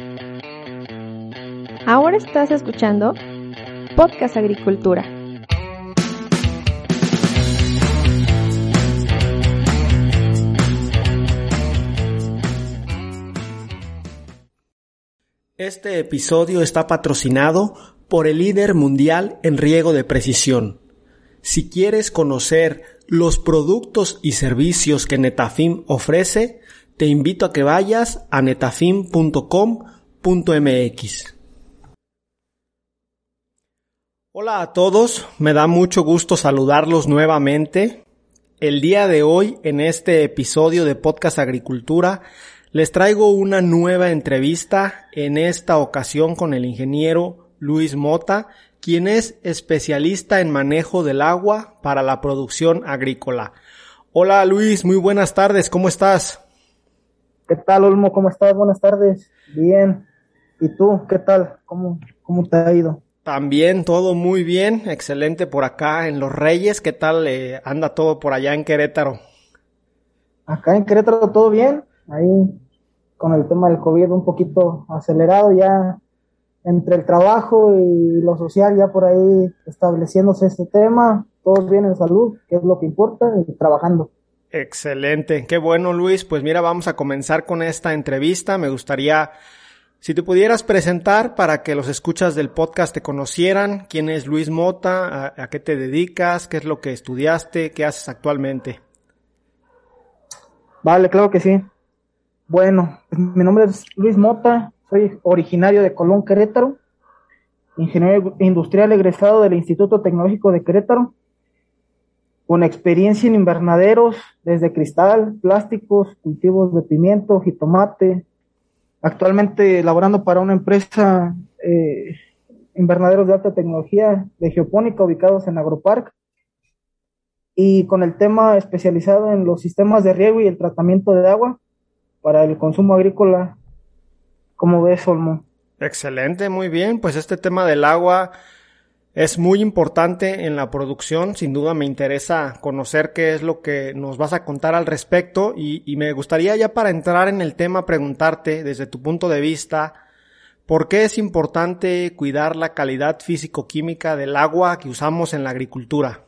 Ahora estás escuchando Podcast Agricultura. Este episodio está patrocinado por el líder mundial en riego de precisión. Si quieres conocer los productos y servicios que Netafim ofrece, te invito a que vayas a netafim.com.mx. Hola a todos, me da mucho gusto saludarlos nuevamente. El día de hoy, en este episodio de Podcast Agricultura, les traigo una nueva entrevista, en esta ocasión con el ingeniero Luis Mota, quien es especialista en manejo del agua para la producción agrícola. Hola Luis, muy buenas tardes, ¿cómo estás? ¿Qué tal, Olmo? ¿Cómo estás? Buenas tardes. Bien. ¿Y tú? ¿Qué tal? ¿Cómo te ha ido? También todo muy bien, excelente por acá en Los Reyes. ¿Qué tal anda todo por allá en Querétaro? Acá en Querétaro todo bien. Ahí con el tema del COVID un poquito acelerado ya entre el trabajo y lo social, ya por ahí estableciéndose este tema. Todos bien en salud, que es lo que importa, y trabajando. Excelente, qué bueno Luis. Pues mira, vamos a comenzar con esta entrevista. Me gustaría, si te pudieras presentar para que los escuchas del podcast te conocieran. ¿Quién es Luis Mota? ¿A qué te dedicas? ¿Qué es lo que estudiaste? ¿Qué haces actualmente? Vale, claro que sí. Bueno, mi nombre es Luis Mota, soy originario de Colón, Querétaro, ingeniero industrial egresado del Instituto Tecnológico de Querétaro, con experiencia en invernaderos, desde cristal, plásticos, cultivos de pimiento, jitomate, actualmente laborando para una empresa, invernaderos de alta tecnología de geopónica ubicados en Agropark, y con el tema especializado en los sistemas de riego y el tratamiento de agua para el consumo agrícola. ¿Cómo ves, Olmo? Excelente, muy bien. Pues este tema del agua es muy importante en la producción. Sin duda me interesa conocer qué es lo que nos vas a contar al respecto y me gustaría, ya para entrar en el tema, preguntarte desde tu punto de vista, ¿por qué es importante cuidar la calidad físico-química del agua que usamos en la agricultura?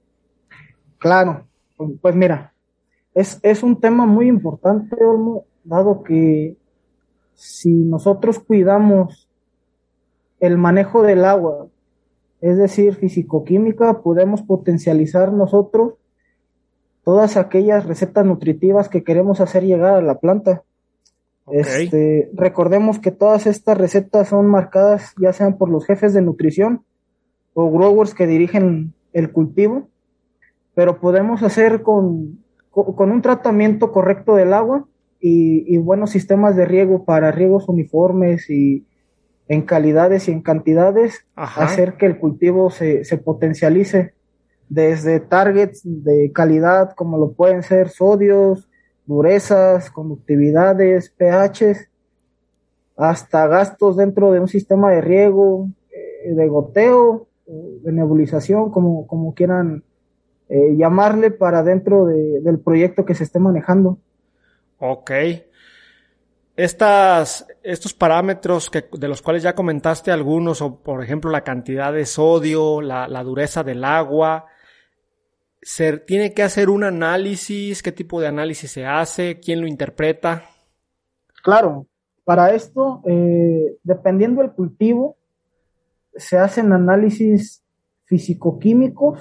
Claro, pues mira, es un tema muy importante, Olmo, dado que si nosotros cuidamos el manejo del agua, es decir, físico-química, podemos potencializar nosotros todas aquellas recetas nutritivas que queremos hacer llegar a la planta. Okay. Recordemos que todas estas recetas son marcadas ya sean por los jefes de nutrición o growers que dirigen el cultivo, pero podemos hacer con un tratamiento correcto del agua y buenos sistemas de riego para riegos uniformes y en calidades y en cantidades, Ajá. hacer que el cultivo se potencialice desde targets de calidad como lo pueden ser sodios, durezas, conductividades, pHs, hasta gastos dentro de un sistema de riego, de goteo, de nebulización, como quieran llamarle, para dentro del proyecto que se esté manejando. Ok. Estos parámetros de los cuales ya comentaste algunos, o por ejemplo la cantidad de sodio, la dureza del agua, ¿se tiene que hacer un análisis? ¿Qué tipo de análisis se hace? ¿Quién lo interpreta? Claro, para esto, dependiendo del cultivo, se hacen análisis físico-químicos,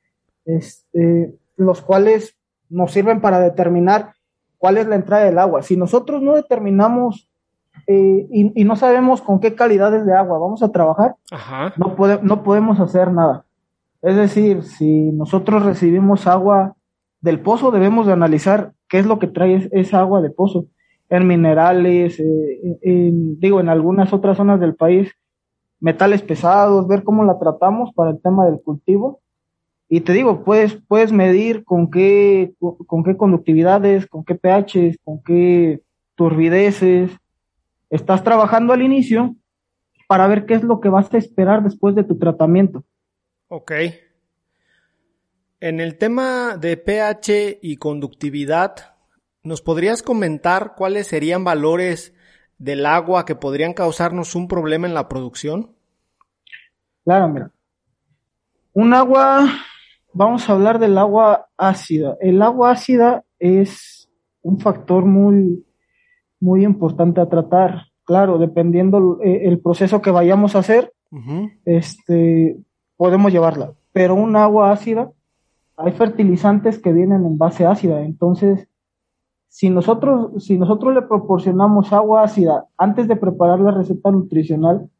los cuales nos sirven para determinar cuál es la entrada del agua. Si nosotros no determinamos y no sabemos con qué calidades de agua vamos a trabajar, Ajá. no podemos hacer nada. Es decir, si nosotros recibimos agua del pozo, debemos de analizar qué es lo que trae esa agua de pozo, en minerales, en algunas otras zonas del país, metales pesados, ver cómo la tratamos para el tema del cultivo. Y te digo, puedes medir con qué conductividades, con qué pHs, con qué turbideces estás trabajando al inicio para ver qué es lo que vas a esperar después de tu tratamiento. Ok. En el tema de pH y conductividad, ¿nos podrías comentar cuáles serían valores del agua que podrían causarnos un problema en la producción? Claro, mira. Un agua, vamos a hablar del agua ácida. El agua ácida es un factor muy, muy importante a tratar. Claro, dependiendo el proceso que vayamos a hacer, Uh-huh. Podemos llevarla. Pero un agua ácida, hay fertilizantes que vienen en base ácida. Entonces, si nosotros le proporcionamos agua ácida antes de preparar la receta nutricional,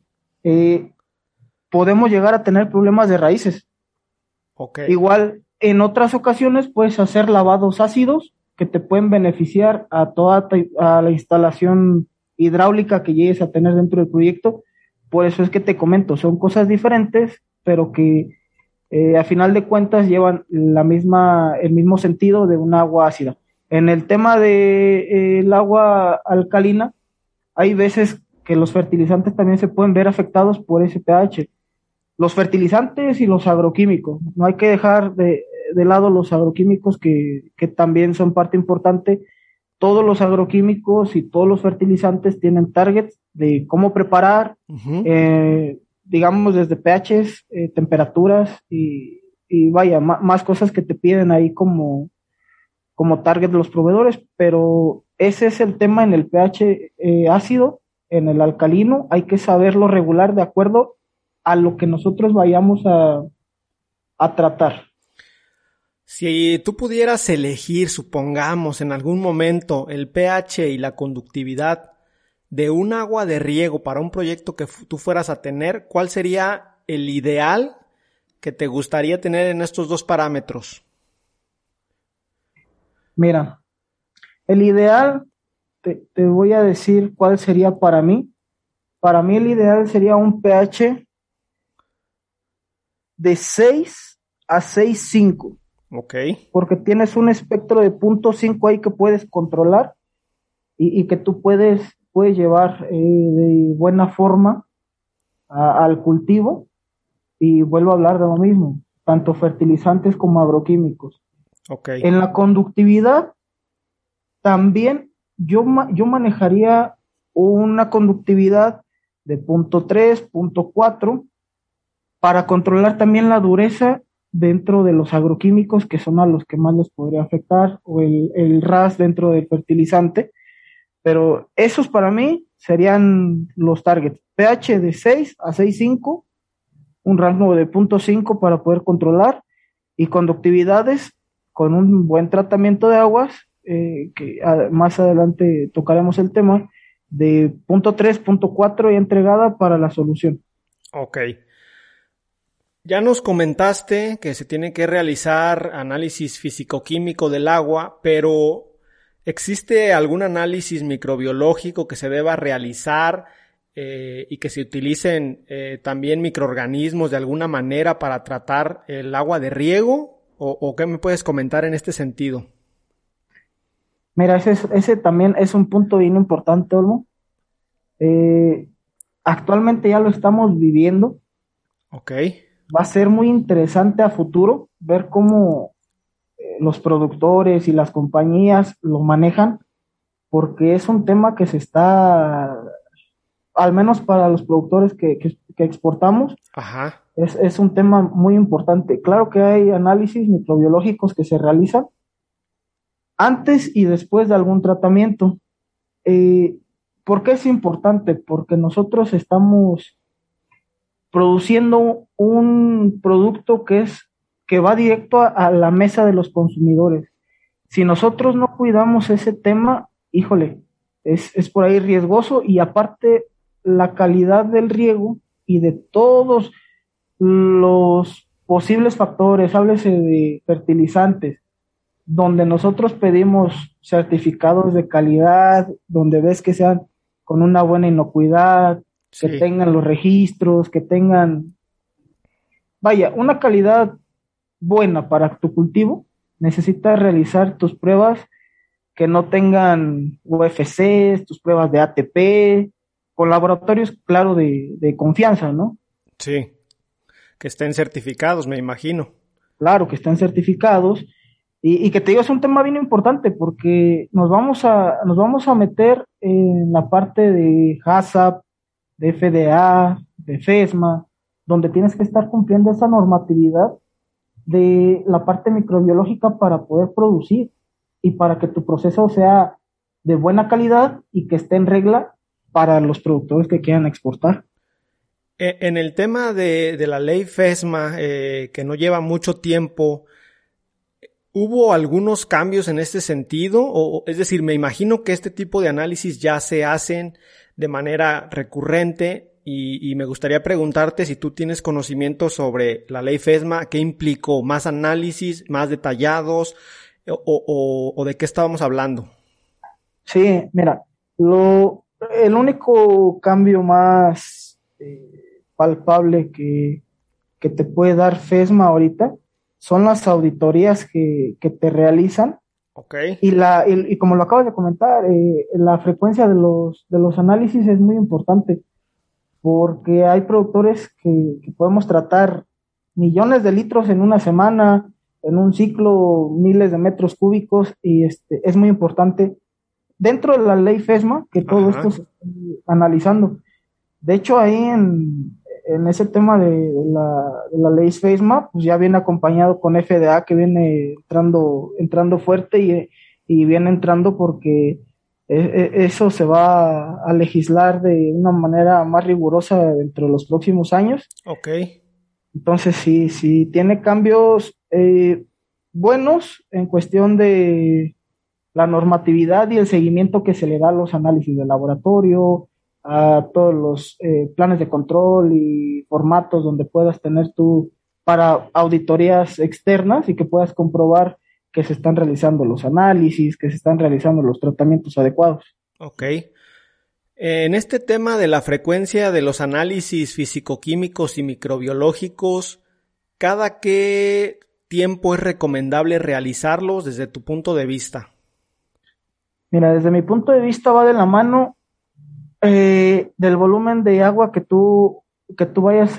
podemos llegar a tener problemas de raíces. Okay. Igual, en otras ocasiones puedes hacer lavados ácidos que te pueden beneficiar a la instalación hidráulica que llegues a tener dentro del proyecto. Por eso es que te comento, son cosas diferentes, pero que a final de cuentas llevan el mismo sentido de un agua ácida. En el tema de el agua alcalina, hay veces que los fertilizantes también se pueden ver afectados por ese pH. Los fertilizantes y los agroquímicos. No hay que dejar de lado los agroquímicos que también son parte importante. Todos los agroquímicos y todos los fertilizantes tienen targets de cómo preparar, Uh-huh. digamos desde pHs, temperaturas y vaya, más cosas que te piden ahí como target de los proveedores, pero ese es el tema en el pH ácido, en el alcalino, hay que saberlo regular de acuerdo a lo que nosotros vayamos a tratar. Si tú pudieras elegir, supongamos, en algún momento el pH y la conductividad de un agua de riego para un proyecto que tú fueras a tener, ¿cuál sería el ideal que te gustaría tener en estos dos parámetros? Mira, el ideal, te voy a decir cuál sería para mí. Para mí el ideal sería un pH de 6 a 6,5. Ok. Porque tienes un espectro de 0.5 ahí que puedes controlar y que tú puedes llevar de buena forma al cultivo. Y vuelvo a hablar de lo mismo, tanto fertilizantes como agroquímicos. Ok. En la conductividad, también yo manejaría una conductividad de 0.3, 0.4 para controlar también la dureza dentro de los agroquímicos, que son a los que más les podría afectar, o el RAS dentro del fertilizante. Pero esos para mí serían los targets. pH de 6 a 6,5, un rango de 0.5 para poder controlar, y conductividades con un buen tratamiento de aguas, que más adelante tocaremos el tema, de 0.3, 0.4 y entregada para la solución. Ok. Ya nos comentaste que se tiene que realizar análisis físico-químico del agua, pero ¿existe algún análisis microbiológico que se deba realizar y que se utilicen también microorganismos de alguna manera para tratar el agua de riego? ¿O qué me puedes comentar en este sentido? Mira, ese también es un punto bien importante, Olmo. Actualmente ya lo estamos viviendo. Ok. Va a ser muy interesante a futuro ver cómo los productores y las compañías lo manejan, porque es un tema que se está, al menos para los productores que exportamos, Ajá. es un tema muy importante. Claro que hay análisis microbiológicos que se realizan antes y después de algún tratamiento. ¿Por qué es importante? Porque nosotros estamos produciendo un producto que va directo a la mesa de los consumidores. Si nosotros no cuidamos ese tema, híjole, es por ahí riesgoso, y aparte la calidad del riego y de todos los posibles factores, háblese de fertilizantes, donde nosotros pedimos certificados de calidad, donde ves que sean con una buena inocuidad, que Sí. tengan los registros, que tengan, vaya, una calidad buena para tu cultivo, necesitas realizar tus pruebas que no tengan UFCs, tus pruebas de ATP, con laboratorios, claro, de confianza, ¿no? Sí. Que estén certificados, me imagino. Claro, que estén certificados, Y que te digo, es un tema bien importante porque nos vamos a meter en la parte de HACCP, de FDA, de FESMA, donde tienes que estar cumpliendo esa normatividad de la parte microbiológica para poder producir y para que tu proceso sea de buena calidad y que esté en regla para los productores que quieran exportar. En el tema de la ley FESMA, que no lleva mucho tiempo, ¿hubo algunos cambios en este sentido? Es decir, me imagino que este tipo de análisis ya se hacen de manera recurrente y me gustaría preguntarte si tú tienes conocimiento sobre la ley FESMA, qué implicó, más análisis, más detallados o de qué estábamos hablando. Sí, mira, el único cambio más palpable que te puede dar FESMA ahorita son las auditorías que te realizan. Okay. Y como lo acabas de comentar, la frecuencia de los análisis es muy importante porque hay productores que podemos tratar millones de litros en una semana, en un ciclo, miles de metros cúbicos, y es muy importante dentro de la ley FESMA que todo esto se esté analizando. De hecho, ahí en ese tema de la ley FESMA, pues ya viene acompañado con FDA, que viene entrando fuerte y viene entrando porque eso se va a legislar de una manera más rigurosa dentro de los próximos años. Okay. Entonces, sí tiene cambios buenos en cuestión de la normatividad y el seguimiento que se le da a los análisis de laboratorio, a todos los planes de control y formatos donde puedas tener tú para auditorías externas y que puedas comprobar que se están realizando los análisis, que se están realizando los tratamientos adecuados. Ok. En este tema de la frecuencia de los análisis físico-químicos y microbiológicos, ¿cada qué tiempo es recomendable realizarlos desde tu punto de vista? Mira, desde mi punto de vista va de la mano del volumen de agua que tú vayas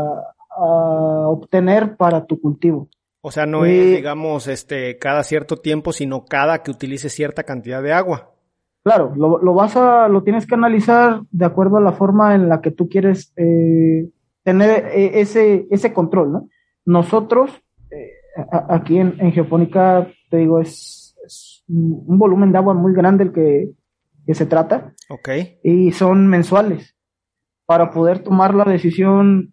a obtener para tu cultivo. O sea, no es, digamos, cada cierto tiempo, sino cada que utilices cierta cantidad de agua. Claro, lo tienes que analizar de acuerdo a la forma en la que tú quieres tener ese control, ¿no? Nosotros, aquí en Geopónica, te digo, es un volumen de agua muy grande el que se trata. Ok. Y son mensuales para poder tomar la decisión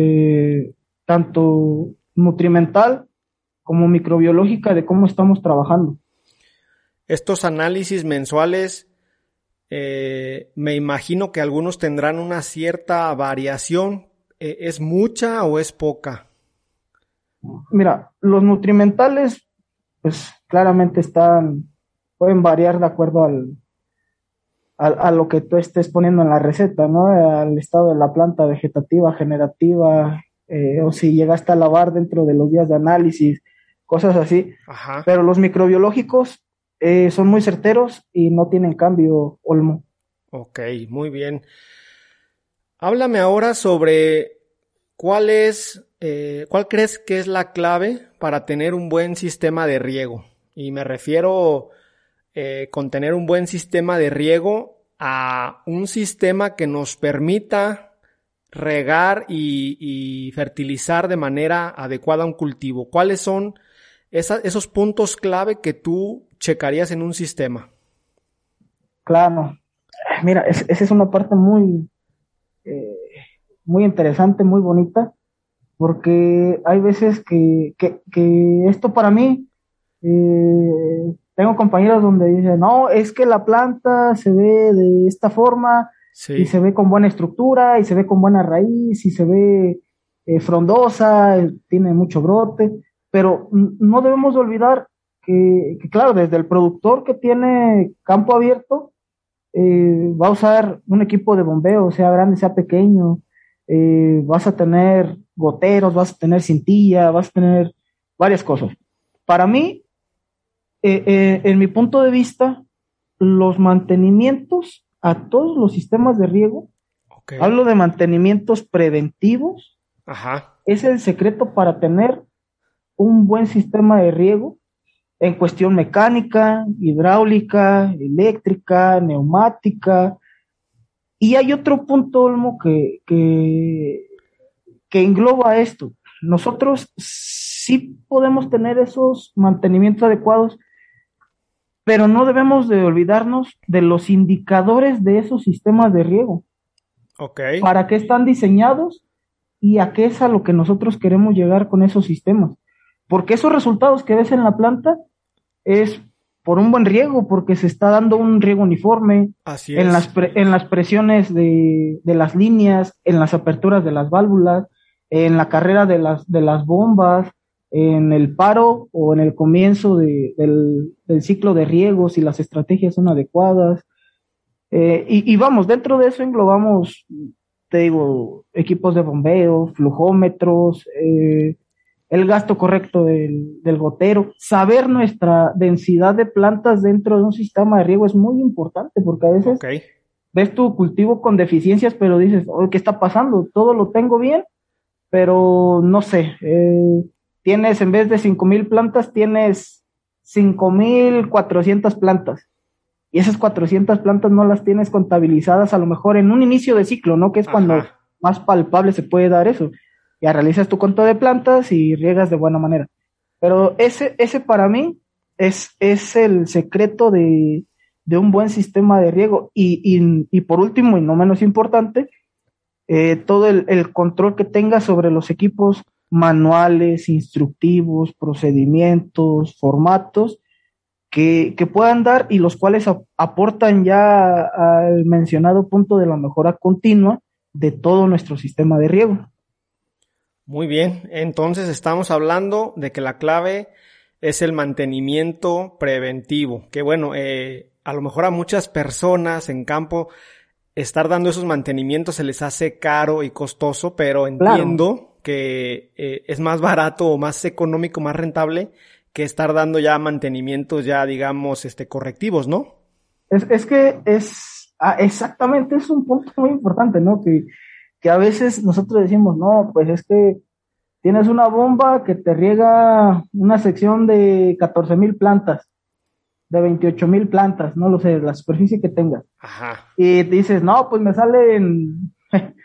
tanto nutrimental como microbiológica de cómo estamos trabajando. Estos análisis mensuales, me imagino que algunos tendrán una cierta variación. ¿Es mucha o es poca? Mira, los nutrimentales, pues claramente pueden variar de acuerdo a lo que tú estés poniendo en la receta, ¿no? Al estado de la planta vegetativa, generativa, o si llegaste a lavar dentro de los días de análisis, cosas así. Ajá. Pero los microbiológicos son muy certeros y no tienen cambio, Olmo. Ok, muy bien. Háblame ahora sobre cuál crees que es la clave para tener un buen sistema de riego. Y me refiero con tener un buen sistema de riego a un sistema que nos permita regar y fertilizar de manera adecuada un cultivo. ¿Cuáles son esos puntos clave que tú checarías en un sistema? Claro, mira, esa es una parte muy interesante, muy bonita, porque hay veces que esto para mí, tengo compañeros donde dicen, no, es que la planta se ve de esta forma, sí, y se ve con buena estructura, y se ve con buena raíz, y se ve frondosa, tiene mucho brote, pero no debemos olvidar que claro, desde el productor que tiene campo abierto, va a usar un equipo de bombeo, sea grande, sea pequeño, vas a tener goteros, vas a tener cintilla, vas a tener varias cosas. Para mí, en mi punto de vista, los mantenimientos a todos los sistemas de riego, okay, hablo de mantenimientos preventivos, ajá, es el secreto para tener un buen sistema de riego en cuestión mecánica, hidráulica, eléctrica, neumática. Y hay otro punto, Olmo, que engloba esto. Nosotros sí podemos tener esos mantenimientos adecuados, pero no debemos de olvidarnos de los indicadores de esos sistemas de riego. Okay. ¿Para qué están diseñados y a qué es a lo que nosotros queremos llegar con esos sistemas? Porque esos resultados que ves en la planta es por un buen riego, porque se está dando un riego uniforme. Así en es. en las presiones de las líneas, en las aperturas de las válvulas, en la carrera de las bombas, en el paro o en el comienzo del ciclo de riego, si las estrategias son adecuadas. Y vamos, dentro de eso englobamos, te digo, equipos de bombeo, flujómetros, el gasto correcto del gotero. Saber nuestra densidad de plantas dentro de un sistema de riego es muy importante, porque a veces ves tu cultivo con deficiencias, pero dices, oye, ¿qué está pasando? Todo lo tengo bien, pero no sé, tienes, en vez de 5,000 plantas, tienes 5,400 plantas. Y esas 400 plantas no las tienes contabilizadas a lo mejor en un inicio de ciclo, ¿no? Que es cuando más palpable se puede dar eso. Ya realizas tu conteo de plantas y riegas de buena manera. Pero ese para mí es el secreto de un buen sistema de riego. Y por último, y no menos importante, todo el control que tengas sobre los equipos manuales, instructivos, procedimientos, formatos, que puedan dar y los cuales aportan ya al mencionado punto de la mejora continua de todo nuestro sistema de riego. Muy bien, entonces estamos hablando de que la clave es el mantenimiento preventivo, que bueno, a lo mejor a muchas personas en campo estar dando esos mantenimientos se les hace caro y costoso, pero entiendo que es más barato o más económico, más rentable que estar dando ya mantenimientos ya, digamos, correctivos, ¿no? Es que exactamente, es un punto muy importante, ¿no? Que a veces nosotros decimos, no, pues es que tienes una bomba que te riega una sección de 14,000 plantas, de 28,000 plantas, no lo sé, la superficie que tengas. Ajá. Y dices, no, pues me salen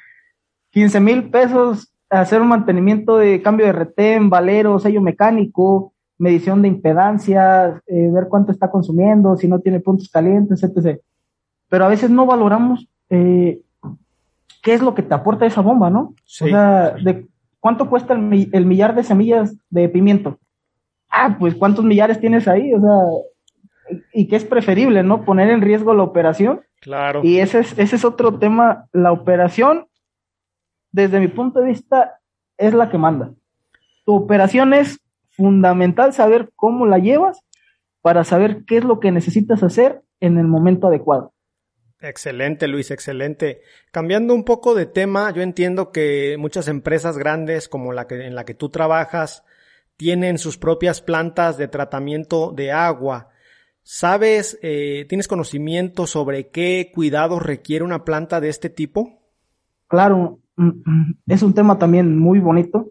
15,000 pesos hacer un mantenimiento de cambio de retén, valero, sello mecánico, medición de impedancia, ver cuánto está consumiendo, si no tiene puntos calientes, etc. Pero a veces no valoramos qué es lo que te aporta esa bomba, ¿no? Sí. O sea, de cuánto cuesta el millar de semillas de pimiento. Pues cuántos millares tienes ahí, o sea, y que es preferible, ¿no? Poner en riesgo la operación. Claro. Y ese es otro tema. La operación, desde mi punto de vista, es la que manda. Tu operación es fundamental saber cómo la llevas para saber qué es lo que necesitas hacer en el momento adecuado. Excelente, Luis, excelente. Cambiando un poco de tema, yo entiendo que muchas empresas grandes como en la que tú trabajas tienen sus propias plantas de tratamiento de agua. ¿Sabes, tienes conocimiento sobre qué cuidados requiere una planta de este tipo? Claro, es un tema también muy bonito.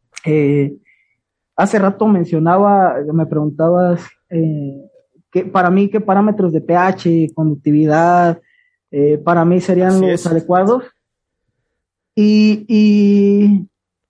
Hace rato me preguntabas para mí qué parámetros de pH, conductividad, para mí serían los adecuados. Y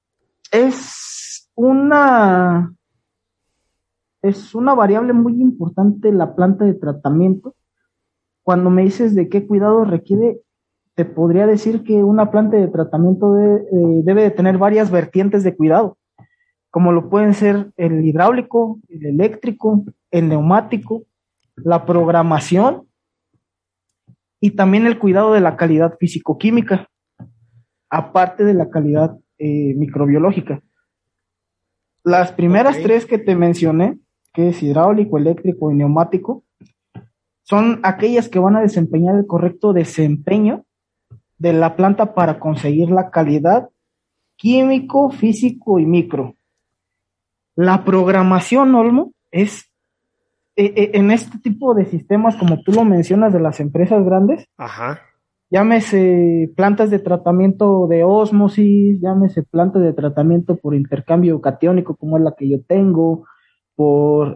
es una variable muy importante la planta de tratamiento. Cuando me dices de qué cuidado requiere, te podría decir que una planta de tratamiento debe de tener varias vertientes de cuidado, como lo pueden ser el hidráulico, el eléctrico, el neumático, la programación y también el cuidado de la calidad físico-química, aparte de la calidad microbiológica. Las primeras tres que te mencioné, que es hidráulico, eléctrico y neumático, son aquellas que van a desempeñar el correcto desempeño de la planta para conseguir la calidad químico, físico y micro. La programación, Olmo, es en este tipo de sistemas, como tú lo mencionas, de las empresas grandes. Ajá. Llámese plantas de tratamiento de ósmosis, llámese plantas de tratamiento por intercambio catiónico, como es la que yo tengo, por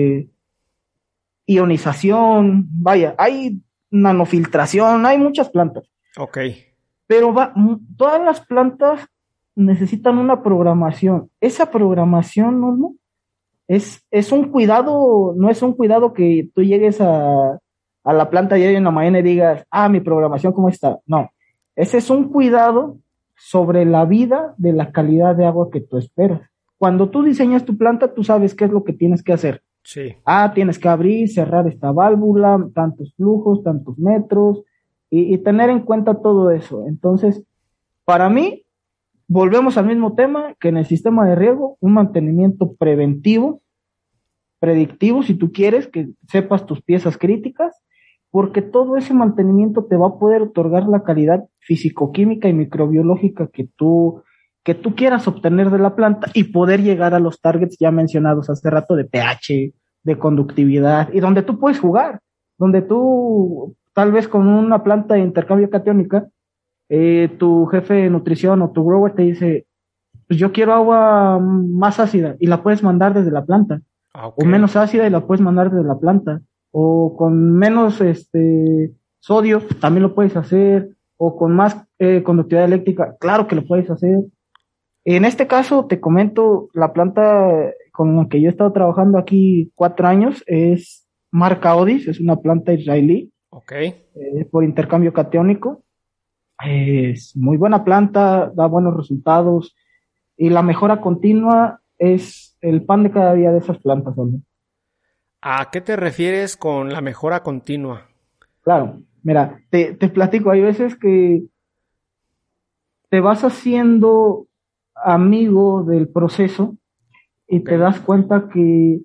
ionización, vaya, hay nanofiltración, hay muchas plantas. Ok. Pero todas las plantas necesitan una programación. Esa programación, ¿no? Es un cuidado, no es un cuidado que tú llegues a la planta y hoy en la mañana y digas, mi programación, ¿cómo está? No, ese es un cuidado sobre la vida de la calidad de agua que tú esperas. Cuando tú diseñas tu planta, tú sabes qué es lo que tienes que hacer. Sí. Tienes que abrir, cerrar esta válvula, tantos flujos, tantos metros, y tener en cuenta todo eso. Entonces, para mí, volvemos al mismo tema que en el sistema de riego, un mantenimiento preventivo, predictivo, si tú quieres, que sepas tus piezas críticas, porque todo ese mantenimiento te va a poder otorgar la calidad físico-química y microbiológica que tú quieras obtener de la planta y poder llegar a los targets ya mencionados hace rato de pH, de conductividad, y donde tú puedes jugar, donde tú, tal vez con una planta de intercambio catiónica, tu jefe de nutrición o tu grower te dice, pues yo quiero agua más ácida, y la puedes mandar desde la planta, Okay. o menos ácida y la puedes mandar desde la planta, o con menos sodio, también lo puedes hacer, o con más conductividad eléctrica, claro que lo puedes hacer. En este caso, te comento, la planta con la que yo he estado trabajando aquí 4 años es marca Odis, es una planta israelí, por intercambio catiónico. Es muy buena planta, da buenos resultados, y la mejora continua es el pan de cada día de esas plantas, hombre. ¿A qué te refieres con la mejora continua? Claro, mira, te platico, hay veces que te vas haciendo amigo del proceso y te das cuenta que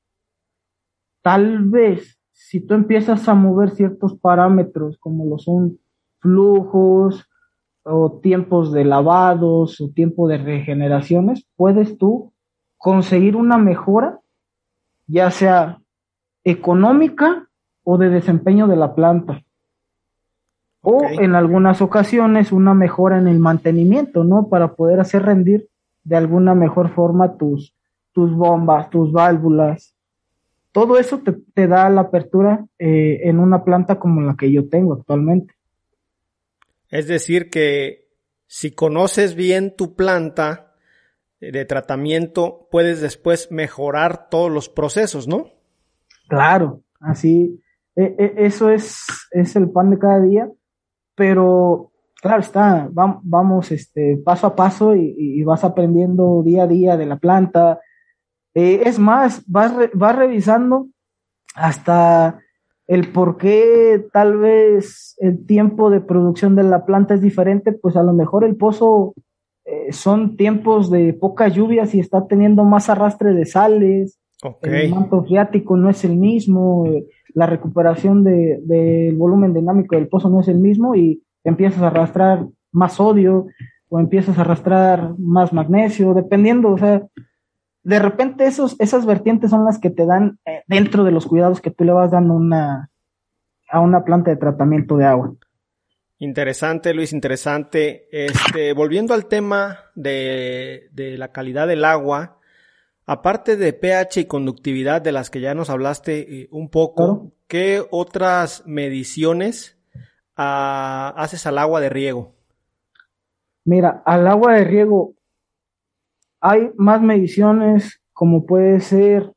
tal vez si tú empiezas a mover ciertos parámetros como lo son flujos o tiempos de lavados o tiempo de regeneraciones, puedes tú conseguir una mejora, ya sea económica o de desempeño de la planta. O en algunas ocasiones una mejora en el mantenimiento, ¿no? Para poder hacer rendir de alguna mejor forma tus bombas, tus válvulas. Todo eso te da la apertura en una planta como la que yo tengo actualmente. Es decir que si conoces bien tu planta de tratamiento, puedes después mejorar todos los procesos, ¿no? Claro, así, eso es el pan de cada día. Pero, claro está, vamos paso a paso y vas aprendiendo día a día de la planta. Es más, vas revisando hasta el por qué tal vez el tiempo de producción de la planta es diferente, pues a lo mejor el pozo son tiempos de pocas lluvias y está teniendo más arrastre de sales. El manto freático no es el mismo, la recuperación del volumen dinámico del pozo no es el mismo y empiezas a arrastrar más sodio o empiezas a arrastrar más magnesio, dependiendo, o sea, de repente esas vertientes son las que te dan dentro de los cuidados que tú le vas dando a una planta de tratamiento de agua. Interesante, Luis, interesante. Volviendo al tema de la calidad del agua, aparte de pH y conductividad de las que ya nos hablaste un poco, claro, ¿qué otras mediciones haces al agua de riego? Mira, al agua de riego hay más mediciones, como puede ser,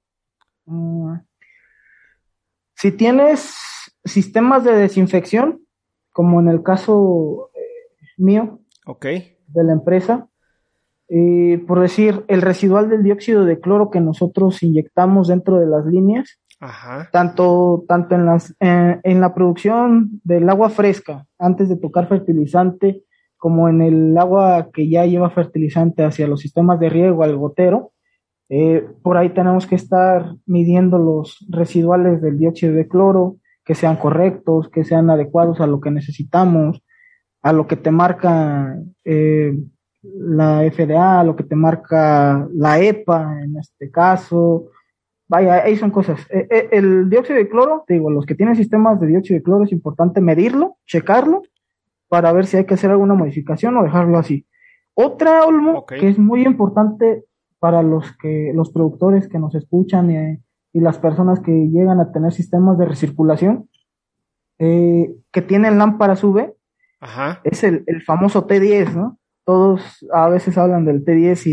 si tienes sistemas de desinfección, como en el caso mío, de la empresa, por decir, el residual del dióxido de cloro que nosotros inyectamos dentro de las líneas, tanto en la producción del agua fresca, antes de tocar fertilizante, como en el agua que ya lleva fertilizante hacia los sistemas de riego al gotero, por ahí tenemos que estar midiendo los residuales del dióxido de cloro, que sean correctos, que sean adecuados a lo que necesitamos, a lo que te marca la FDA, a lo que te marca la EPA en este caso. Vaya, ahí son cosas. El dióxido de cloro, te digo, los que tienen sistemas de dióxido de cloro es importante medirlo, checarlo, para ver si hay que hacer alguna modificación o dejarlo así. Otra, Olmo, que es muy importante para los productores que nos escuchan y las personas que llegan a tener sistemas de recirculación, que tienen lámparas UV, Ajá. es el famoso T10, ¿no? Todos a veces hablan del T10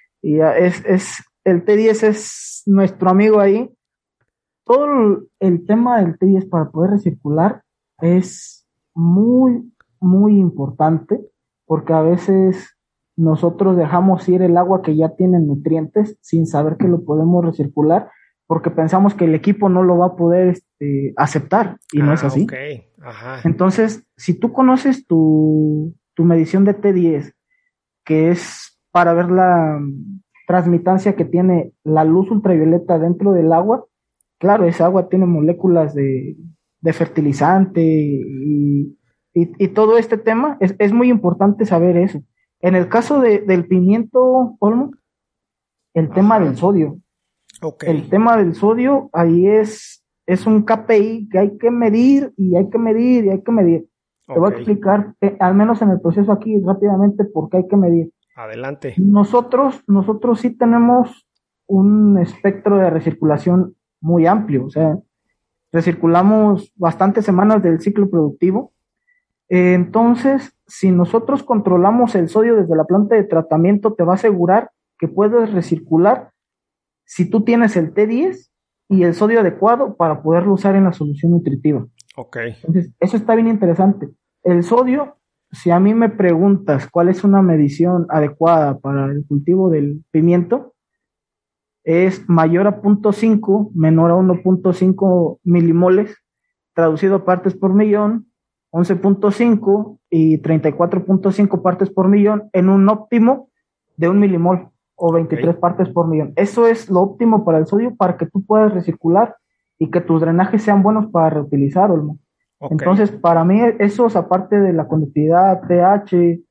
el T10 es nuestro amigo ahí. Todo el tema del T10 para poder recircular es muy, muy importante, porque a veces nosotros dejamos ir el agua que ya tiene nutrientes sin saber que lo podemos recircular, porque pensamos que el equipo no lo va a poder aceptar, y no es así. Okay. Ajá. Entonces, si tú conoces tu medición de T10, que es para ver la transmitancia que tiene la luz ultravioleta dentro del agua, claro, esa agua tiene moléculas de fertilizante y todo este tema, es muy importante saber eso. En el caso del pimiento, Olmo, el tema del sodio. Okay. El tema del sodio, ahí es un KPI que hay que medir y hay que medir y hay que medir. Te voy a explicar, al menos en el proceso aquí, rápidamente, por qué hay que medir. Adelante. Nosotros sí tenemos un espectro de recirculación muy amplio, o sea, recirculamos bastantes semanas del ciclo productivo. Entonces, si nosotros controlamos el sodio desde la planta de tratamiento, te va a asegurar que puedes recircular si tú tienes el T10 y el sodio adecuado para poderlo usar en la solución nutritiva. Okay. Entonces, eso está bien interesante. El sodio, si a mí me preguntas cuál es una medición adecuada para el cultivo del pimiento, es mayor a 0.5, menor a 1.5 milimoles, traducido a partes por millón, 11.5 y 34.5 partes por millón, en un óptimo de 1 milimol o 23 partes por millón. Eso es lo óptimo para el sodio, para que tú puedas recircular y que tus drenajes sean buenos para reutilizar, Olmo. Entonces, para mí, esos, aparte de la conductividad, pH,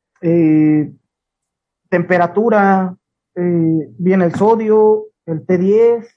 temperatura, viene el sodio, el T10,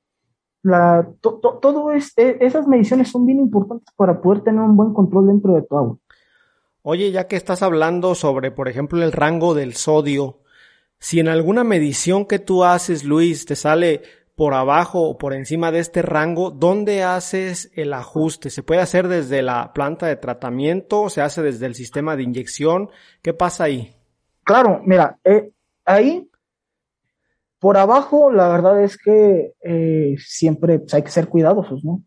todo esas mediciones son bien importantes para poder tener un buen control dentro de tu agua. Oye, ya que estás hablando sobre, por ejemplo, el rango del sodio, si en alguna medición que tú haces, Luis, te sale por abajo o por encima de este rango, ¿dónde haces el ajuste? ¿Se puede hacer desde la planta de tratamiento? ¿Se hace desde el sistema de inyección? ¿Qué pasa ahí? Claro, mira, ahí por abajo la verdad es que siempre hay que ser cuidadosos, ¿no?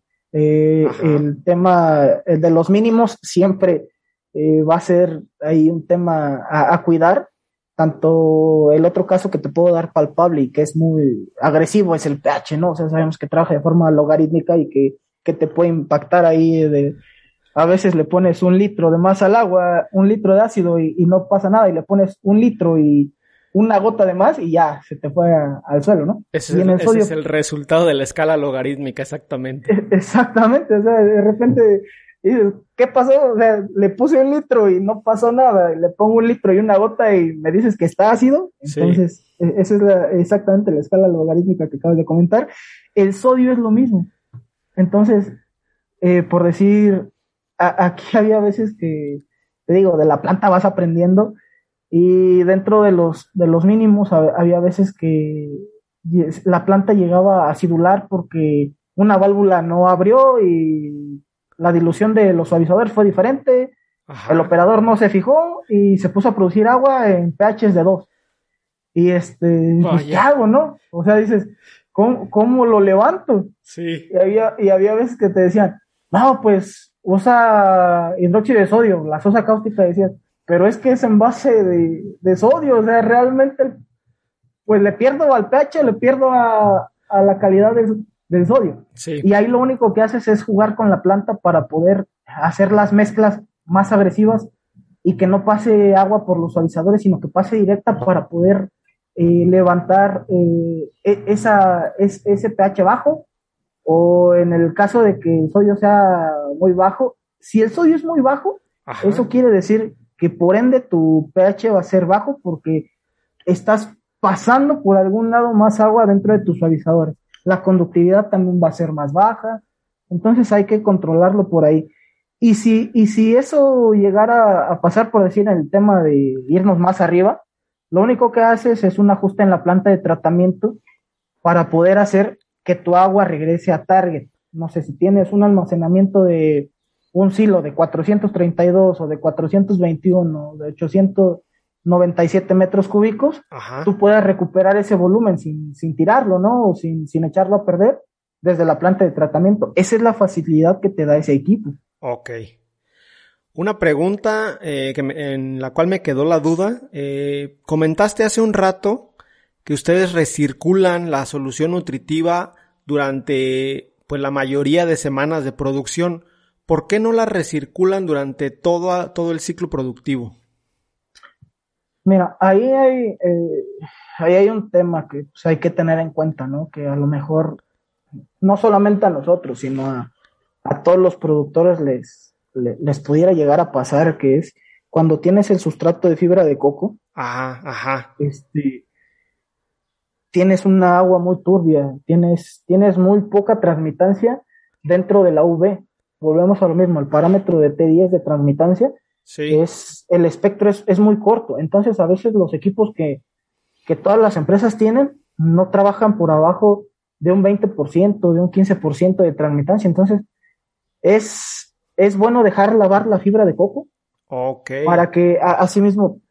El tema de los mínimos siempre va a ser ahí un tema a cuidar. Tanto el otro caso que te puedo dar palpable y que es muy agresivo es el pH, ¿no? O sea, sabemos que trabaja de forma logarítmica y que te puede impactar ahí a veces le pones 1 litro de más al agua, 1 litro de ácido y no pasa nada, y le pones 1 litro y una gota de más y ya se te fue al suelo, ¿no? Ese es el resultado de la escala logarítmica, exactamente. Exactamente, o sea, de repente dices, ¿qué pasó? O sea, le puse 1 litro y no pasó nada, le pongo 1 litro y una gota y me dices que está ácido. Entonces, sí. Esa es exactamente la escala logarítmica que acabas de comentar. El sodio es lo mismo. Entonces, por decir, aquí había veces que, te digo, de la planta vas aprendiendo y dentro de los mínimos había veces que la planta llegaba a acidular porque una válvula no abrió y la dilución de los suavizadores fue diferente. Ajá. El operador no se fijó y se puso a producir agua en pHs de 2. Y pues, ¿qué hago, no? O sea, dices, ¿cómo lo levanto? Sí. Y había veces que te decían, no, pues usa hidróxido de sodio, la sosa cáustica, decías, pero es que es en base de sodio, o sea, realmente, pues le pierdo al pH, le pierdo a la calidad del sodio. Sí. Y ahí lo único que haces es jugar con la planta para poder hacer las mezclas más agresivas y que no pase agua por los suavizadores, sino que pase directa para poder levantar ese pH bajo, o en el caso de que el sodio sea muy bajo. Si el sodio es muy bajo, ajá, eso quiere decir que por ende tu pH va a ser bajo porque estás pasando por algún lado más agua dentro de tus suavizadores. La conductividad también va a ser más baja, entonces hay que controlarlo por ahí. Y si eso llegara a pasar, por decir, en el tema de irnos más arriba, Lo único que haces es un ajuste en la planta de tratamiento para poder hacer que tu agua regrese a target. No sé si tienes un almacenamiento de un silo de 432 o de 421, de 897 metros cúbicos, Ajá. tú puedas recuperar ese volumen sin tirarlo, ¿no? O sin echarlo a perder desde la planta de tratamiento. Esa es la facilidad que te da ese equipo. Ok. Una pregunta en la cual me quedó la duda. Comentaste hace un rato que ustedes recirculan la solución nutritiva durante pues la mayoría de semanas de producción. ¿Por qué no la recirculan durante todo el ciclo productivo? Mira, ahí hay un tema que pues, hay que tener en cuenta, ¿no? Que a lo mejor no solamente a nosotros, sino a todos los productores les pudiera llegar a pasar, que es cuando tienes el sustrato de fibra de coco, Ajá. Tienes una agua muy turbia, tienes muy poca transmitancia dentro de la UV. Volvemos a lo mismo, el parámetro de T10 de transmitancia Sí. el espectro es muy corto. Entonces, a veces los equipos que todas las empresas tienen no trabajan por abajo de un 20%, de un 15% de transmitancia. Entonces, es bueno dejar lavar la fibra de coco Ok. para que asimismo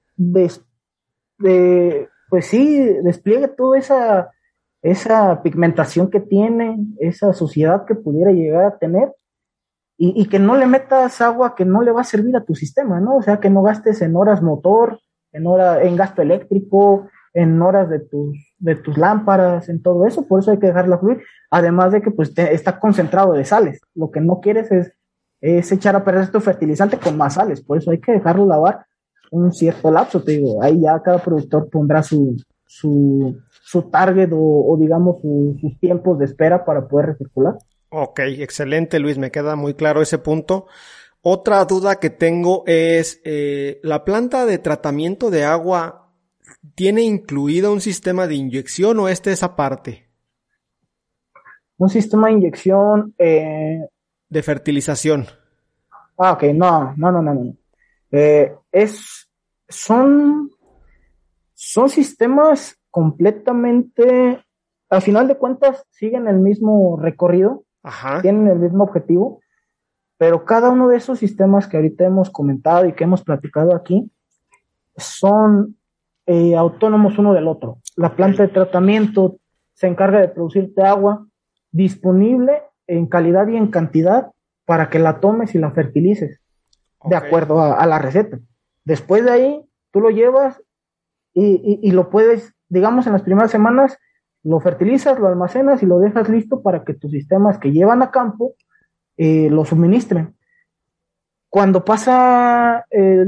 pues sí, despliegue toda esa pigmentación que tiene, esa suciedad que pudiera llegar a tener, y que no le metas agua que no le va a servir a tu sistema, ¿no? O sea, que no gastes en horas motor, en gasto eléctrico, en horas de tus lámparas, en todo eso. Por eso hay que dejarla fluir. Además de que pues está concentrado de sales. Lo que no quieres es echar a perder tu fertilizante con más sales. Por eso hay que dejarlo lavar un cierto lapso, te digo. Ahí ya cada productor pondrá su target o digamos sus tiempos de espera para poder recircular. Ok, excelente, Luis, me queda muy claro ese punto. Otra duda que tengo es, ¿la planta de tratamiento de agua tiene incluido un sistema de inyección o esta es aparte? Un sistema de inyección, De fertilización. ok, no. Eh, es, son, son sistemas completamente, al final de cuentas, siguen el mismo recorrido, Ajá. tienen el mismo objetivo, pero cada uno de esos sistemas que ahorita hemos comentado y que hemos platicado aquí son autónomos uno del otro. La planta de tratamiento se encarga de producirte agua disponible en calidad y en cantidad para que la tomes y la fertilices de acuerdo a la receta. Después de ahí, tú lo llevas y lo puedes, digamos, en las primeras semanas, lo fertilizas, lo almacenas y lo dejas listo para que tus sistemas que llevan a campo lo suministren. Cuando pasa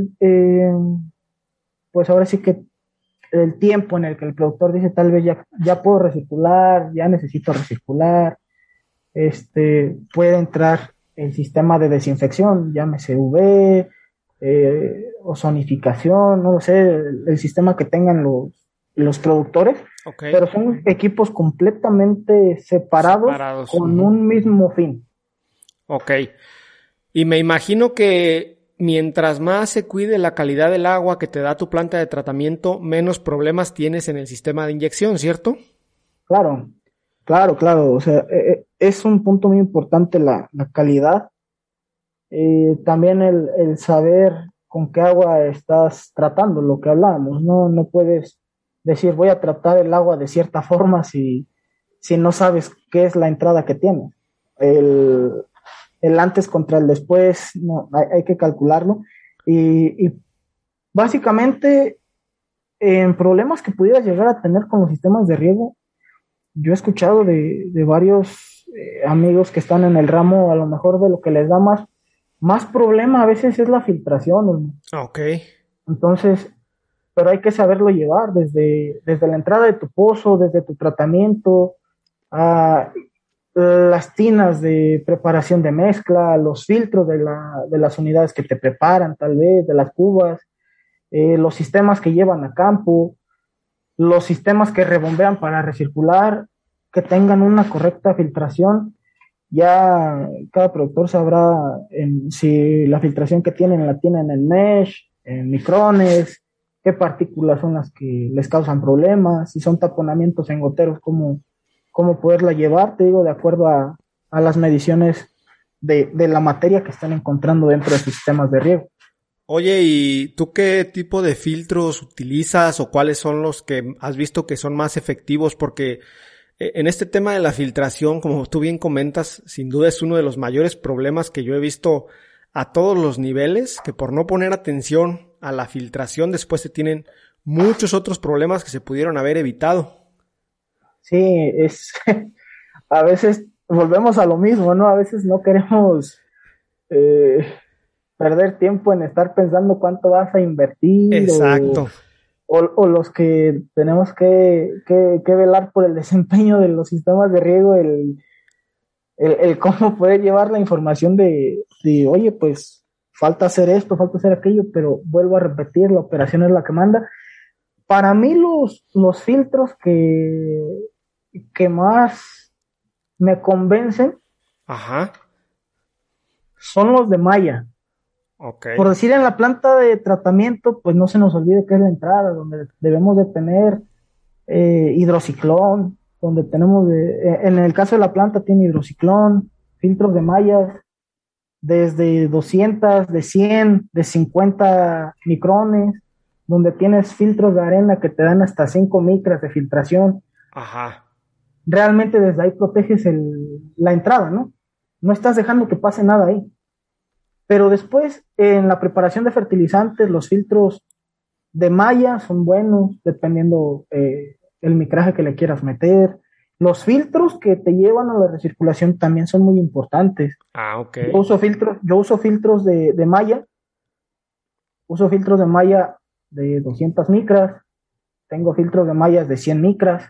pues ahora sí que el tiempo en el que el productor dice tal vez ya puedo recircular, ya necesito recircular, puede entrar el sistema de desinfección, llámese UV, ozonificación, no lo sé, el sistema que tengan los productores, pero son equipos completamente separados con un mismo fin. Ok. Y me imagino que mientras más se cuide la calidad del agua que te da tu planta de tratamiento, menos problemas tienes en el sistema de inyección, ¿cierto? Claro. O sea, es un punto muy importante la calidad. También el saber con qué agua estás tratando, lo que hablábamos, ¿no? No puedes decir voy a tratar el agua de cierta forma si no sabes qué es la entrada que tiene. El antes contra el después, no, hay que calcularlo. Y básicamente, en problemas que pudieras llegar a tener con los sistemas de riego, yo he escuchado de varios amigos que están en el ramo, a lo mejor de lo que les da más problema a veces es la filtración. Ok. Entonces, pero hay que saberlo llevar desde la entrada de tu pozo, desde tu tratamiento, a las tinas de preparación de mezcla, los filtros de las unidades que te preparan, tal vez, de las cubas, los sistemas que llevan a campo, los sistemas que rebombean para recircular, que tengan una correcta filtración. Ya cada productor sabrá si la filtración que tienen la tienen en mesh, en micrones, qué partículas son las que les causan problemas, si son taponamientos en goteros, cómo poderla llevar, te digo, de acuerdo a las mediciones de la materia que están encontrando dentro de sus sistemas de riego. Oye, ¿y tú qué tipo de filtros utilizas o cuáles son los que has visto que son más efectivos? Porque en este tema de la filtración, como tú bien comentas, sin duda es uno de los mayores problemas que yo he visto a todos los niveles, que por no poner atención a la filtración después se tienen muchos otros problemas que se pudieron haber evitado. Sí, a veces volvemos a lo mismo, ¿no? A veces no queremos eh, perder tiempo en estar pensando cuánto vas a invertir Exacto. o los que tenemos que velar por el desempeño de los sistemas de riego, el cómo poder llevar la información oye, pues falta hacer esto, falta hacer aquello, pero vuelvo a repetir, la operación es la que manda. Para mí los filtros que más me convencen Ajá. son los de malla. Okay. Por decir, en la planta de tratamiento, pues no se nos olvide que es la entrada, donde debemos de tener hidrociclón, donde tenemos, en el caso de la planta tiene hidrociclón, filtros de mallas, desde 200, de 100, de 50 micrones, donde tienes filtros de arena que te dan hasta 5 micras de filtración. Ajá. Realmente desde ahí proteges la entrada, ¿no? No estás dejando que pase nada ahí. Pero después, en la preparación de fertilizantes, los filtros de malla son buenos, dependiendo el micraje que le quieras meter. Los filtros que te llevan a la recirculación también son muy importantes. Ok. Yo uso filtros de malla. Uso filtros de malla de 200 micras. Tengo filtros de mallas de 100 micras.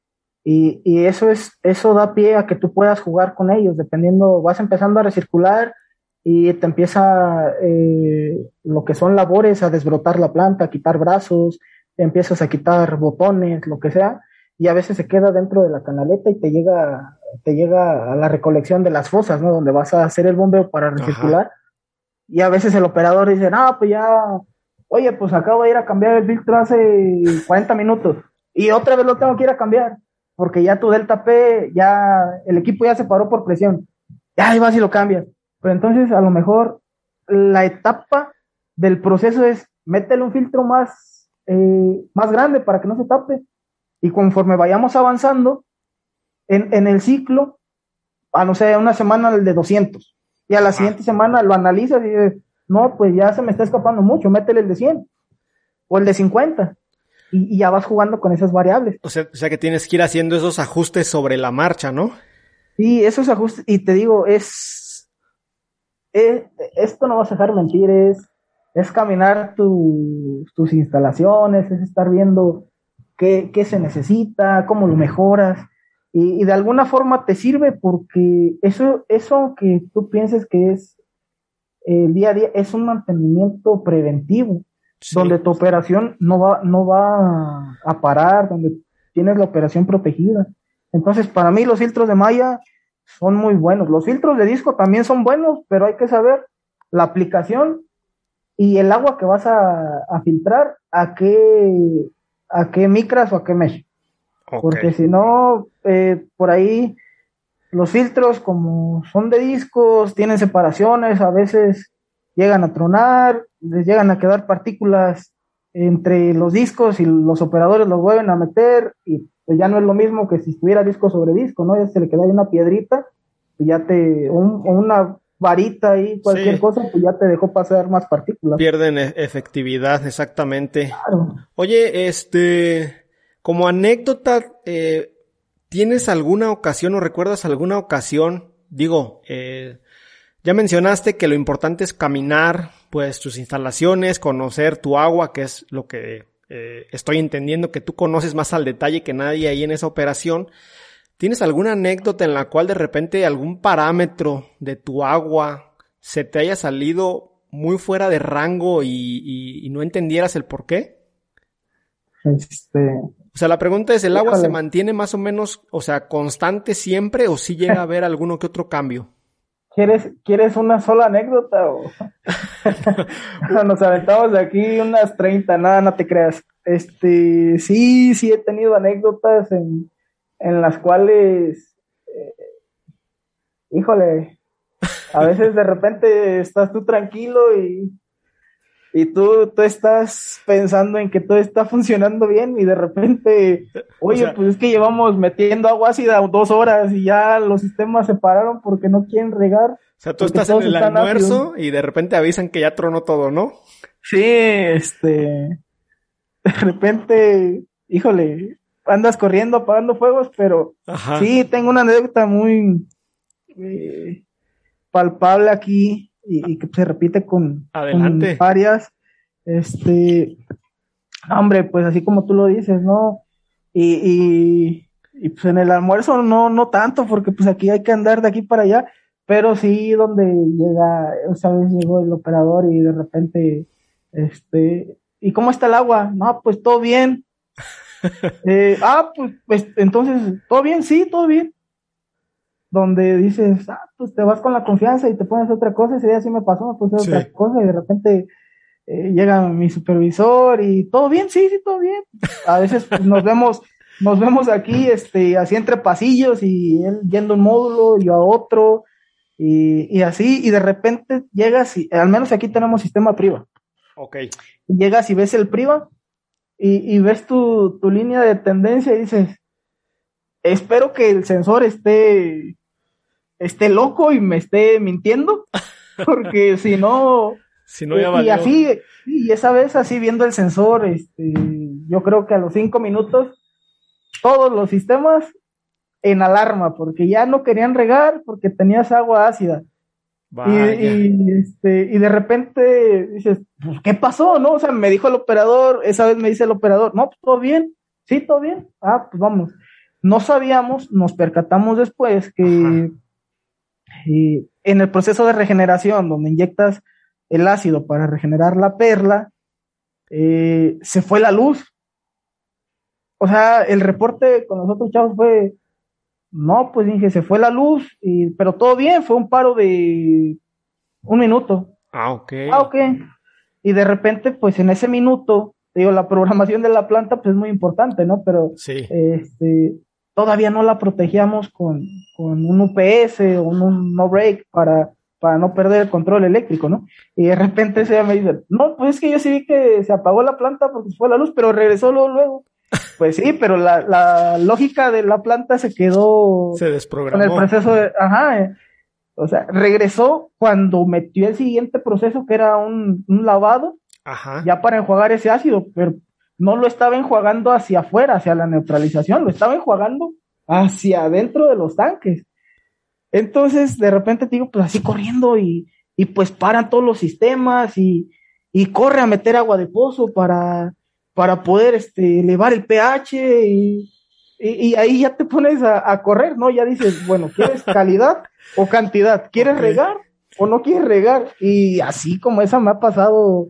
Y eso da pie a que tú puedas jugar con ellos, dependiendo, vas empezando a recircular y te empieza lo que son labores a desbrotar la planta, a quitar brazos, te empiezas a quitar botones, lo que sea, y a veces se queda dentro de la canaleta y te llega a la recolección de las fosas, ¿no? Donde vas a hacer el bombeo para recircular. Ajá. Y a veces el operador dice, no, pues ya, oye, pues acabo de ir a cambiar el filtro hace 40 minutos y otra vez lo tengo que ir a cambiar, porque ya tu delta P, ya el equipo ya se paró por presión, ya ahí vas y lo cambias. Pero entonces a lo mejor la etapa del proceso es métele un filtro más grande para que no se tape, y conforme vayamos avanzando en el ciclo, a no sé, una semana el de 200, y a la siguiente semana lo analizas y dices, no, pues ya se me está escapando mucho, métele el de 100 o el de 50, y ya vas jugando con esas variables. O sea que tienes que ir haciendo esos ajustes sobre la marcha, ¿no? Sí, esos ajustes, y te digo, esto no vas a dejar mentir, es caminar tus instalaciones, es estar viendo qué se necesita, cómo lo mejoras, y de alguna forma te sirve, porque eso que tú pienses que es el día a día, es un mantenimiento preventivo, sí, donde tu operación no va a parar, donde tienes la operación protegida. Entonces, para mí los filtros de malla son muy buenos. Los filtros de disco también son buenos, pero hay que saber la aplicación y el agua que vas a filtrar, a qué micras o a qué mesh. Okay. Porque si no, por ahí los filtros, como son de discos, tienen separaciones, a veces llegan a tronar, les llegan a quedar partículas entre los discos y los operadores los vuelven a meter, y pues ya no es lo mismo que si estuviera disco sobre disco, ¿no? Ya se le queda ahí una piedrita y ya una varita ahí, cualquier cosa, pues ya te dejó pasar más partículas. Pierden efectividad, exactamente. Claro. Oye, como anécdota, ¿tienes alguna ocasión o recuerdas alguna ocasión? Digo, ya mencionaste que lo importante es caminar, pues, tus instalaciones, conocer tu agua, que es lo que estoy entendiendo que tú conoces más al detalle que nadie ahí en esa operación. ¿Tienes alguna anécdota en la cual de repente algún parámetro de tu agua se te haya salido muy fuera de rango y no entendieras el por qué? O sea, la pregunta es, ¿el agua se mantiene más o menos, o sea, constante siempre, o si llega a haber alguno que otro cambio? ¿Quieres una sola anécdota? O sea, nos aventamos de aquí unas 30, nada, no te creas. Sí he tenido anécdotas en las cuales, híjole, a veces de repente estás tú tranquilo y tú estás pensando en que todo está funcionando bien y de repente, oye, pues es que llevamos metiendo agua ácida 2 horas y ya los sistemas se pararon porque no quieren regar. O sea, tú estás en el almuerzo ácidos. Y de repente avisan que ya tronó todo, ¿no? Sí, de repente, híjole, andas corriendo apagando fuegos, pero Ajá. Sí, tengo una anécdota muy palpable aquí y que se repite con varias, hombre, pues así como tú lo dices, ¿no? Y pues en el almuerzo no tanto, porque pues aquí hay que andar de aquí para allá, pero sí donde llega, esa vez llegó el operador y de repente, ¿y cómo está el agua? No, pues todo bien. Pues entonces, ¿todo bien? Sí, todo bien. Donde dices, pues te vas con la confianza y te pones otra cosa, ese día sí me pasó, me puse otra cosa y de repente llega mi supervisor y todo bien, sí, todo bien. A veces pues, nos vemos aquí, así entre pasillos y él yendo a un módulo y yo a otro y así, y de repente llegas y, al menos aquí tenemos sistema priva. Ok. Llegas y ves el priva y ves tu línea de tendencia y dices, espero que el sensor esté loco y me esté mintiendo, porque si no ya valió. Y así, y esa vez así viendo el sensor, yo creo que a los 5 minutos todos los sistemas en alarma, porque ya no querían regar porque tenías agua ácida. Y de repente dices, pues, ¿qué pasó? ¿No? O sea, me dijo el operador, esa vez me dice el operador, no, pues todo bien, sí, todo bien, pues vamos. No sabíamos, nos percatamos después que en el proceso de regeneración, donde inyectas el ácido para regenerar la perla, se fue la luz. O sea, el reporte con los otros chavos fue, no, pues dije, se fue la luz, pero todo bien, fue un paro de 1 minuto. Ok. Y de repente, pues en ese minuto, digo, la programación de la planta pues es muy importante, ¿no? Pero sí. Todavía no la protegíamos con un UPS o un no break para no perder el control eléctrico, ¿no? Y de repente ella me dice, no, pues es que yo sí vi que se apagó la planta porque se fue la luz, pero regresó luego. Pues sí, pero la lógica de la planta se quedó... Se desprogramó. Con el proceso de... o sea, regresó cuando metió el siguiente proceso que era un lavado, ya para enjuagar ese ácido, pero no lo estaba enjuagando hacia afuera, hacia la neutralización, lo estaba enjuagando hacia adentro de los tanques. Entonces, de repente te digo, pues así corriendo y pues paran todos los sistemas y corre a meter agua de pozo para poder elevar el pH y ahí ya te pones a correr, ¿no? Ya dices, bueno, ¿quieres calidad o cantidad? ¿Quieres regar o no quieres regar? Y así como esa me ha pasado.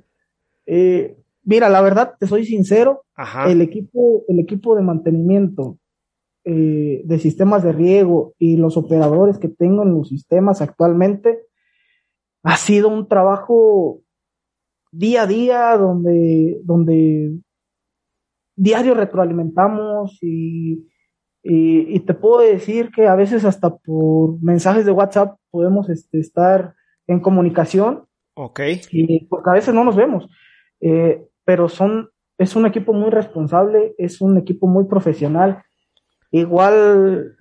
Mira, la verdad, te soy sincero, el equipo de mantenimiento de sistemas de riego y los operadores que tengo en los sistemas actualmente ha sido un trabajo día a día donde diario retroalimentamos y te puedo decir que a veces hasta por mensajes de WhatsApp podemos estar en comunicación. Okay. Porque a veces no nos vemos, pero es un equipo muy responsable, es un equipo muy profesional, igual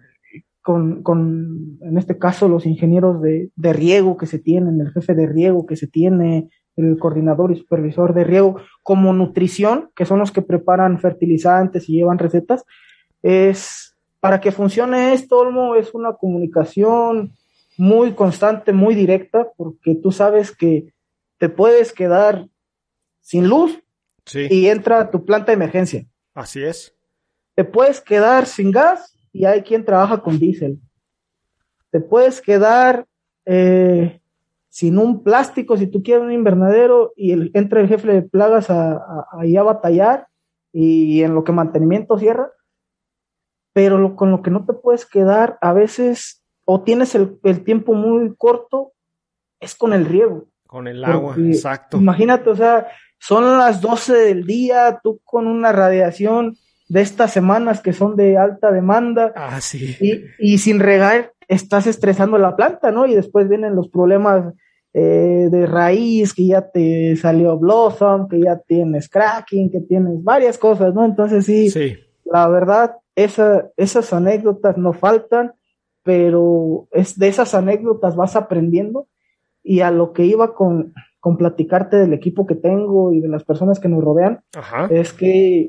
en este caso los ingenieros de riego que se tienen, el jefe de riego que se tiene, el coordinador y supervisor de riego, como nutrición, que son los que preparan fertilizantes y llevan recetas, es para que funcione esto, Olmo, es una comunicación muy constante, muy directa, porque tú sabes que te puedes quedar sin luz y entra tu planta de emergencia. Así es. Te puedes quedar sin gas y hay quien trabaja con diésel. Te puedes quedar sin un plástico si tú quieres un invernadero y entra el jefe de plagas ahí a batallar y en lo que mantenimiento cierra. Pero con lo que no te puedes quedar a veces o tienes el tiempo muy corto, es con el riego. Con el agua, exacto. Imagínate, o sea, son las 12 del día, tú con una radiación de estas semanas que son de alta demanda. Sí. Y sin regar, estás estresando la planta, ¿no? Y después vienen los problemas de raíz, que ya te salió blossom, que ya tienes cracking, que tienes varias cosas, ¿no? Entonces sí. La verdad, esas anécdotas no faltan, pero de esas anécdotas vas aprendiendo. Y a lo que iba con platicarte del equipo que tengo y de las personas que nos rodean, es que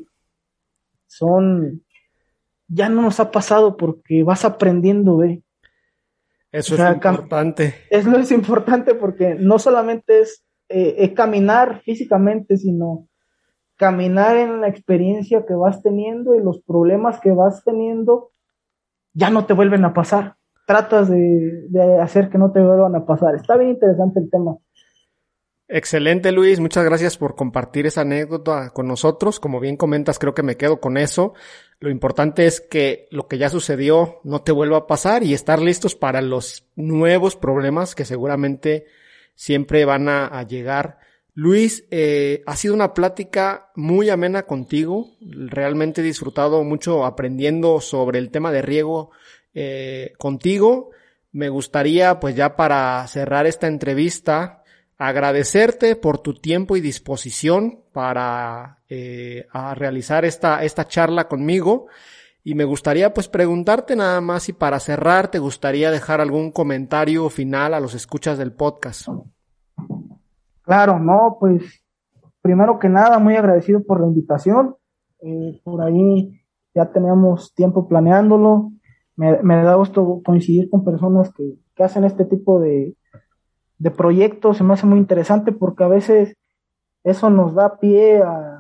ya no nos ha pasado porque vas aprendiendo de... Eso es importante. Eso es importante porque no solamente es caminar físicamente, sino caminar en la experiencia que vas teniendo, y los problemas que vas teniendo ya no te vuelven a pasar. Tratas de hacer que no te vuelvan a pasar. Está bien interesante el tema. Excelente, Luis. Muchas gracias por compartir esa anécdota con nosotros. Como bien comentas, creo que me quedo con eso. Lo importante es que lo que ya sucedió no te vuelva a pasar y estar listos para los nuevos problemas que seguramente siempre van a llegar. Luis, ha sido una plática muy amena contigo. Realmente he disfrutado mucho aprendiendo sobre el tema de riego contigo. Me gustaría, pues ya para cerrar esta entrevista, agradecerte por tu tiempo y disposición para a realizar esta charla conmigo, y me gustaría pues preguntarte nada más si para cerrar te gustaría dejar algún comentario final a los escuchas del podcast. Claro, no, pues primero que nada muy agradecido por la invitación. Por ahí ya teníamos tiempo planeándolo. Me da gusto coincidir con personas que hacen este tipo de proyectos. Se me hace muy interesante porque a veces eso nos da pie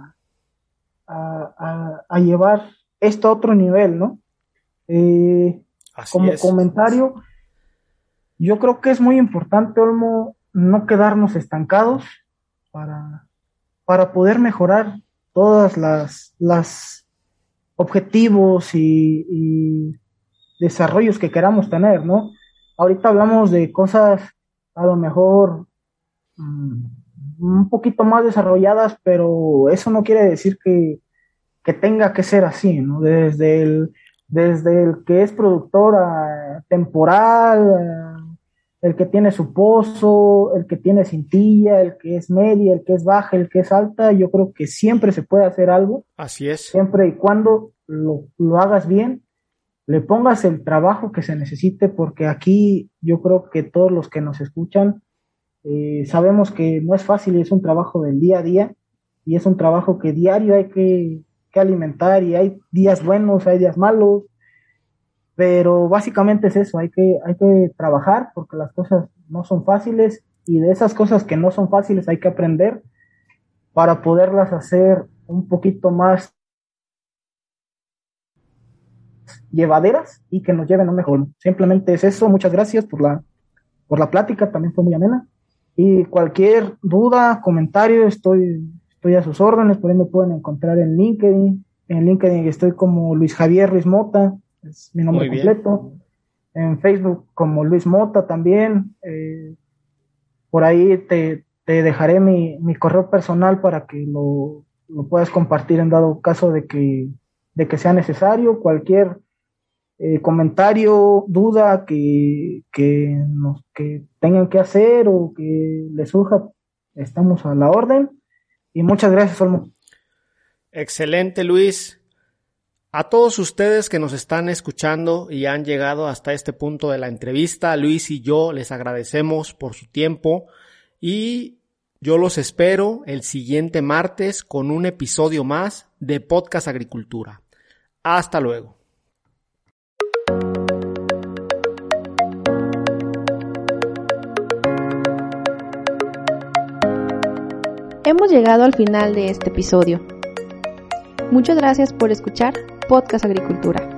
a llevar esto a otro nivel, ¿no? Como comentario, yo creo que es muy importante, Olmo, no quedarnos estancados para poder mejorar todas las objetivos y desarrollos que queramos tener, ¿no? Ahorita hablamos de cosas a lo mejor un poquito más desarrolladas, pero eso no quiere decir que tenga que ser así, ¿no? Desde el que es productor temporal, el que tiene su pozo, el que tiene cintilla, el que es media, el que es baja, el que es alta, yo creo que siempre se puede hacer algo. Así es. Siempre y cuando lo hagas bien, le pongas el trabajo que se necesite, porque aquí yo creo que todos los que nos escuchan sabemos que no es fácil, es un trabajo del día a día, y es un trabajo que diario hay que alimentar, y hay días buenos, hay días malos, pero básicamente es eso, hay que trabajar porque las cosas no son fáciles, y de esas cosas que no son fáciles hay que aprender para poderlas hacer un poquito más llevaderas y que nos lleven a un mejor. Simplemente es eso. Muchas gracias por la plática, también fue muy amena, y cualquier duda, comentario, estoy a sus órdenes. Por ahí me pueden encontrar en LinkedIn estoy como Luis Javier Ruiz Mota, es mi nombre completo. En Facebook como Luis Mota también. Por ahí te dejaré mi correo personal para que lo puedas compartir en dado caso de que sea necesario. Cualquier comentario, duda que tengan que hacer o que les surja, estamos a la orden. Y muchas gracias, Olmo. Excelente, Luis. A todos ustedes que nos están escuchando y han llegado hasta este punto de la entrevista, Luis y yo les agradecemos por su tiempo, y yo los espero el siguiente martes con un episodio más de Podcast Agricultura. Hasta luego. Hemos llegado al final de este episodio. Muchas gracias por escuchar Podcast Agricultura.